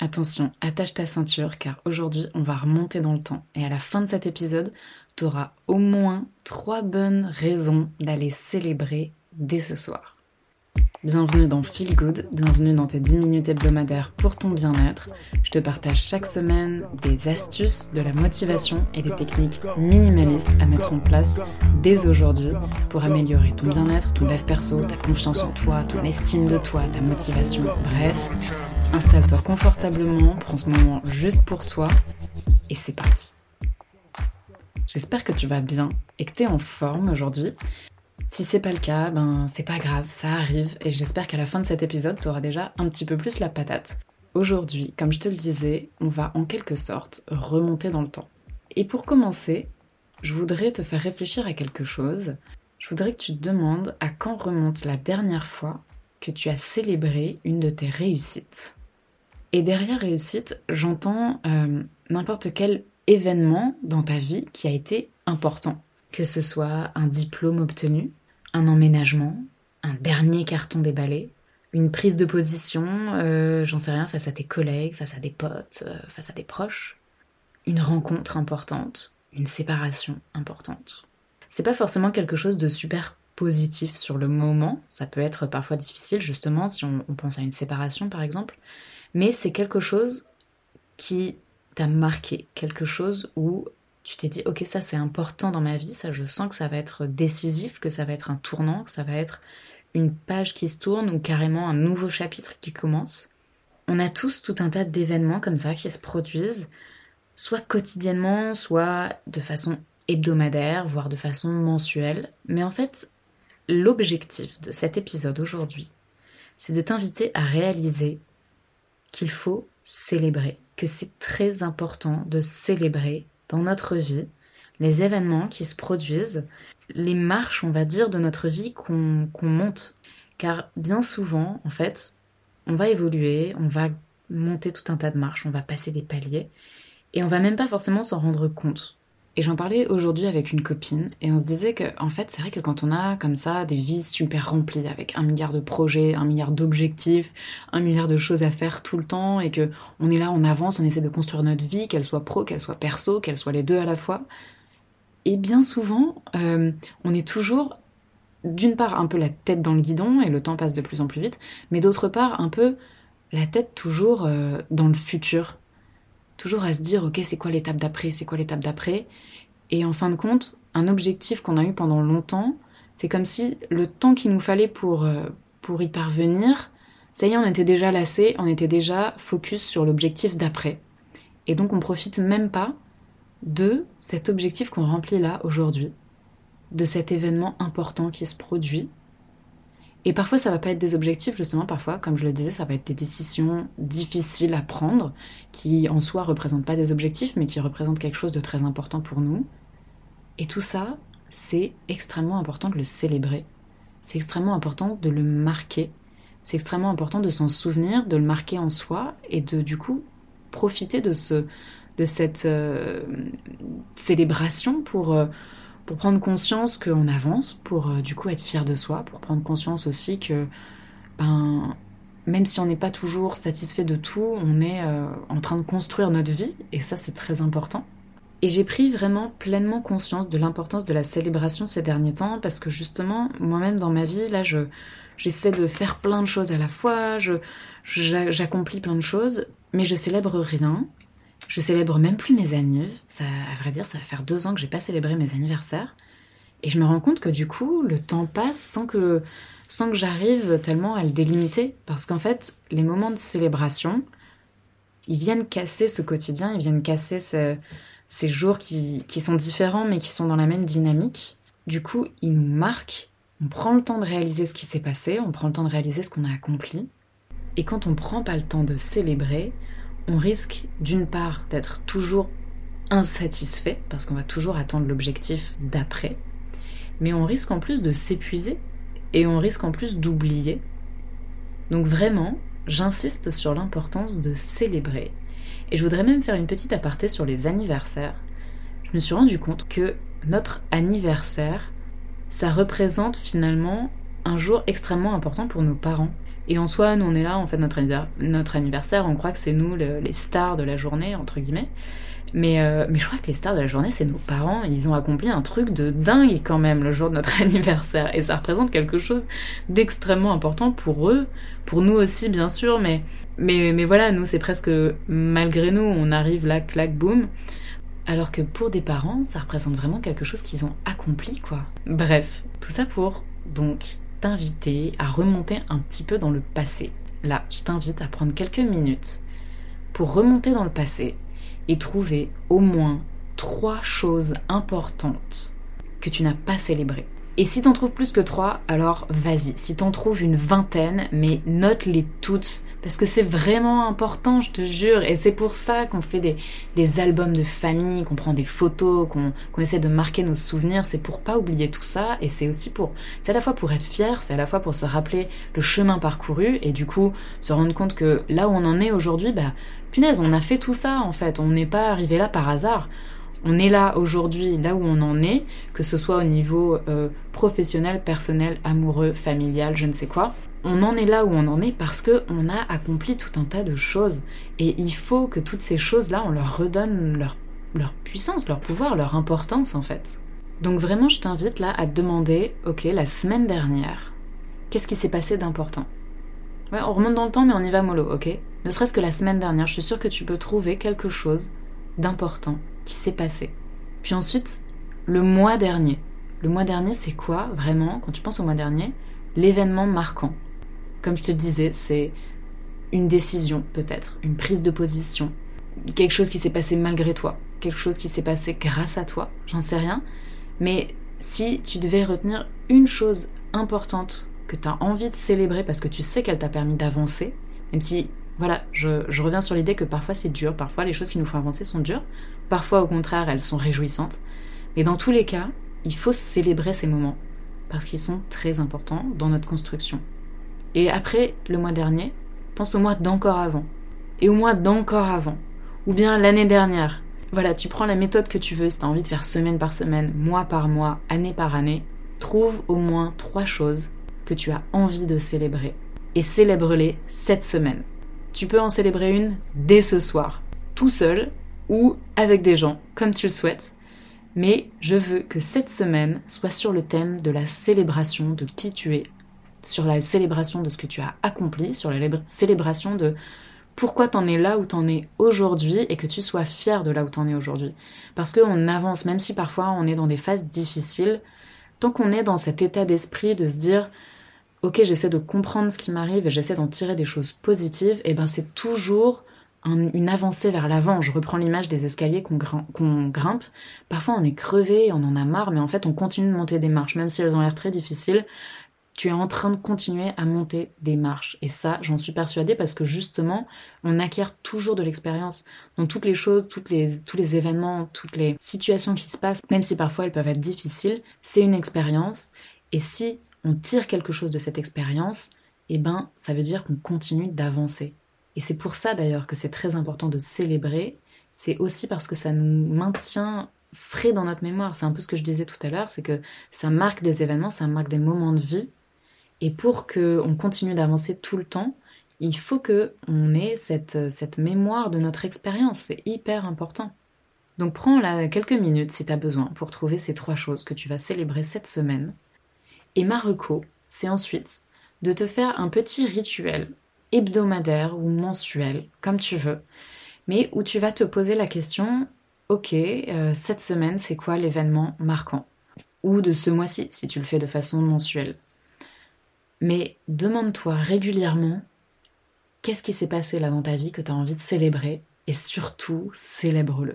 Attention, attache ta ceinture car aujourd'hui on va remonter dans le temps et à la fin de cet épisode, tu auras au moins 3 bonnes raisons d'aller célébrer dès ce soir. Bienvenue dans Feel Good, bienvenue dans tes 10 minutes hebdomadaires pour ton bien-être. Je te partage chaque semaine des astuces, de la motivation et des techniques minimalistes à mettre en place dès aujourd'hui pour améliorer ton bien-être, ton dev perso, ta confiance en toi, ton estime de toi, ta motivation, bref. Installe-toi confortablement, prends ce moment juste pour toi et c'est parti. J'espère que tu vas bien et que tu es en forme aujourd'hui. Si c'est pas le cas, c'est pas grave, ça arrive et j'espère qu'à la fin de cet épisode, tu auras déjà un petit peu plus la patate. Aujourd'hui, comme je te le disais, on va en quelque sorte remonter dans le temps. Et pour commencer, je voudrais te faire réfléchir à quelque chose. Je voudrais que tu te demandes à quand remonte la dernière fois que tu as célébré une de tes réussites. Et derrière réussite, j'entends n'importe quel événement dans ta vie qui a été important. Que ce soit un diplôme obtenu, un emménagement, un dernier carton déballé, une prise de position, j'en sais rien, face à tes collègues, face à des potes, face à des proches, une rencontre importante, une séparation importante. C'est pas forcément quelque chose de super positif sur le moment, ça peut être parfois difficile justement si on pense à une séparation par exemple, mais c'est quelque chose qui t'a marqué, quelque chose où tu t'es dit, ok, ça c'est important dans ma vie, ça je sens que ça va être décisif, que ça va être un tournant, que ça va être une page qui se tourne ou carrément un nouveau chapitre qui commence. On a tous tout un tas d'événements comme ça qui se produisent, soit quotidiennement, soit de façon hebdomadaire, voire de façon mensuelle. Mais en fait, l'objectif de cet épisode aujourd'hui, c'est de t'inviter à réaliser qu'il faut célébrer, que c'est très important de célébrer dans notre vie, les événements qui se produisent, les marches, on va dire, de notre vie qu'on monte. Car bien souvent, en fait, on va évoluer, on va monter tout un tas de marches, on va passer des paliers, et on va même pas forcément s'en rendre compte. Et j'en parlais aujourd'hui avec une copine, et on se disait que, en fait, c'est vrai que quand on a comme ça des vies super remplies, avec 1 milliard de projets, 1 milliard d'objectifs, 1 milliard de choses à faire tout le temps, et que on est là, on avance, on essaie de construire notre vie, qu'elle soit pro, qu'elle soit perso, qu'elle soit les deux à la fois. Et bien souvent, on est toujours, d'une part, un peu la tête dans le guidon, et le temps passe de plus en plus vite, mais d'autre part, un peu la tête toujours dans le futur. Toujours à se dire, ok, c'est quoi l'étape d'après, et en fin de compte, un objectif qu'on a eu pendant longtemps, c'est comme si le temps qu'il nous fallait pour y parvenir, ça y est, on était déjà lassé, on était déjà focus sur l'objectif d'après. Et donc on profite même pas de cet objectif qu'on remplit là, aujourd'hui, de cet événement important qui se produit. Et parfois, ça va pas être des objectifs, justement, parfois, comme je le disais, ça va être des décisions difficiles à prendre, qui en soi représentent pas des objectifs, mais qui représentent quelque chose de très important pour nous. Et tout ça, c'est extrêmement important de le célébrer. C'est extrêmement important de le marquer. C'est extrêmement important de s'en souvenir, de le marquer en soi, et de, du coup, profiter de cette célébration pour prendre conscience qu'on avance, pour du coup être fier de soi, pour prendre conscience aussi que même si on n'est pas toujours satisfait de tout, on est en train de construire notre vie, et ça c'est très important. Et j'ai pris vraiment pleinement conscience de l'importance de la célébration ces derniers temps, parce que justement, moi-même dans ma vie, là j'essaie de faire plein de choses à la fois, j'accomplis plein de choses, mais je célèbre rien. Je célèbre même plus mes anniversaires. Ça, à vrai dire, ça va faire 2 ans que j'ai pas célébré mes anniversaires. Et je me rends compte que du coup, le temps passe sans que j'arrive tellement à le délimiter. Parce qu'en fait, les moments de célébration, ils viennent casser ce quotidien, ils viennent casser ces jours qui sont différents, mais qui sont dans la même dynamique. Du coup, ils nous marquent. On prend le temps de réaliser ce qui s'est passé, on prend le temps de réaliser ce qu'on a accompli. Et quand on prend pas le temps de célébrer, on risque d'une part d'être toujours insatisfait, parce qu'on va toujours attendre l'objectif d'après, mais on risque en plus de s'épuiser, et on risque en plus d'oublier. Donc vraiment, j'insiste sur l'importance de célébrer. Et je voudrais même faire une petite aparté sur les anniversaires. Je me suis rendu compte que notre anniversaire, ça représente finalement un jour extrêmement important pour nos parents. Et en soi, nous on est là, on fait notre anniversaire, on croit que c'est nous les stars de la journée, entre guillemets. Mais je crois que les stars de la journée, c'est nos parents. Ils ont accompli un truc de dingue quand même le jour de notre anniversaire. Et ça représente quelque chose d'extrêmement important pour eux, pour nous aussi bien sûr. Mais voilà, nous c'est presque malgré nous, on arrive là, clac, boum. Alors que pour des parents, ça représente vraiment quelque chose qu'ils ont accompli, quoi. Bref, tout ça pour donc t'inviter à remonter un petit peu dans le passé. Là, je t'invite à prendre quelques minutes pour remonter dans le passé et trouver au moins 3 choses importantes que tu n'as pas célébrées. Et si t'en trouves plus que 3, alors vas-y. Si t'en trouves une vingtaine, mais note-les toutes, parce que c'est vraiment important, je te jure. Et c'est pour ça qu'on fait des albums de famille, qu'on prend des photos, qu'on essaie de marquer nos souvenirs. C'est pour pas oublier tout ça, et c'est aussi c'est à la fois pour être fier, c'est à la fois pour se rappeler le chemin parcouru, et du coup se rendre compte que là où on en est aujourd'hui, punaise, on a fait tout ça en fait, on n'est pas arrivé là par hasard. On est là aujourd'hui, là où on en est, que ce soit au niveau professionnel, personnel, amoureux, familial, je ne sais quoi. On en est là où on en est parce qu'on a accompli tout un tas de choses. Et il faut que toutes ces choses-là, on leur redonne leur puissance, leur pouvoir, leur importance en fait. Donc vraiment, je t'invite là à te demander, ok, la semaine dernière, qu'est-ce qui s'est passé d'important ? Ouais, on remonte dans le temps, mais on y va mollo, ok ? Ne serait-ce que la semaine dernière, je suis sûre que tu peux trouver quelque chose d'important qui s'est passé. Puis ensuite, le mois dernier. Le mois dernier, c'est quoi, vraiment, quand tu penses au mois dernier, l'événement marquant ? Comme je te disais, c'est une décision, peut-être, une prise de position, quelque chose qui s'est passé malgré toi, quelque chose qui s'est passé grâce à toi, j'en sais rien. Mais si tu devais retenir une chose importante que tu as envie de célébrer parce que tu sais qu'elle t'a permis d'avancer, même si, voilà, je reviens sur l'idée que parfois c'est dur, parfois les choses qui nous font avancer sont dures, parfois au contraire elles sont réjouissantes, mais dans tous les cas, il faut célébrer ces moments parce qu'ils sont très importants dans notre construction. Et après le mois dernier, pense au mois d'encore avant, et au mois d'encore avant, ou bien l'année dernière. Voilà, tu prends la méthode que tu veux, si tu as envie de faire semaine par semaine, mois par mois, année par année, trouve au moins 3 choses que tu as envie de célébrer, et célèbre-les cette semaine. Tu peux en célébrer une dès ce soir, tout seul ou avec des gens, comme tu le souhaites. Mais je veux que cette semaine soit sur le thème de la célébration de qui tu es, sur la célébration de ce que tu as accompli, sur la célébration de pourquoi t'en es là où t'en es aujourd'hui et que tu sois fier de là où t'en es aujourd'hui. Parce qu'on avance, même si parfois on est dans des phases difficiles, tant qu'on est dans cet état d'esprit de se dire ok, j'essaie de comprendre ce qui m'arrive et j'essaie d'en tirer des choses positives, et c'est toujours une avancée vers l'avant. Je reprends l'image des escaliers qu'on grimpe. Parfois on est crevé, on en a marre, mais en fait on continue de monter des marches, même si elles ont l'air très difficiles. Tu es en train de continuer à monter des marches. Et ça, j'en suis persuadée parce que justement, on acquiert toujours de l'expérience. Donc toutes les choses, tous les événements, toutes les situations qui se passent, même si parfois elles peuvent être difficiles, c'est une expérience. Et si on tire quelque chose de cette expérience, ça veut dire qu'on continue d'avancer. Et c'est pour ça d'ailleurs que c'est très important de célébrer. C'est aussi parce que ça nous maintient frais dans notre mémoire. C'est un peu ce que je disais tout à l'heure, c'est que ça marque des événements, ça marque des moments de vie. Et pour qu'on continue d'avancer tout le temps, il faut qu'on ait cette mémoire de notre expérience. C'est hyper important. Donc prends là quelques minutes si tu as besoin pour trouver ces 3 choses que tu vas célébrer cette semaine. Et ma reco, c'est ensuite de te faire un petit rituel hebdomadaire ou mensuel, comme tu veux, mais où tu vas te poser la question, ok, cette semaine, c'est quoi l'événement marquant ? Ou de ce mois-ci, si tu le fais de façon mensuelle. Mais demande-toi régulièrement, qu'est-ce qui s'est passé là dans ta vie que tu as envie de célébrer ? Et surtout, célèbre-le.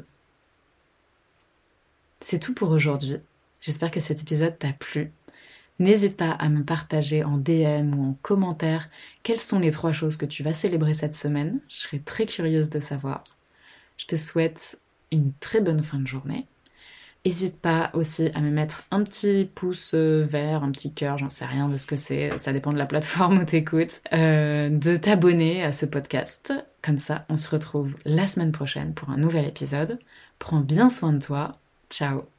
C'est tout pour aujourd'hui. J'espère que cet épisode t'a plu. N'hésite pas à me partager en DM ou en commentaire quelles sont les 3 choses que tu vas célébrer cette semaine. Je serais très curieuse de savoir. Je te souhaite une très bonne fin de journée. N'hésite pas aussi à me mettre un petit pouce vert, un petit cœur, j'en sais rien de ce que c'est, ça dépend de la plateforme où t'écoutes, de t'abonner à ce podcast. Comme ça, on se retrouve la semaine prochaine pour un nouvel épisode. Prends bien soin de toi. Ciao.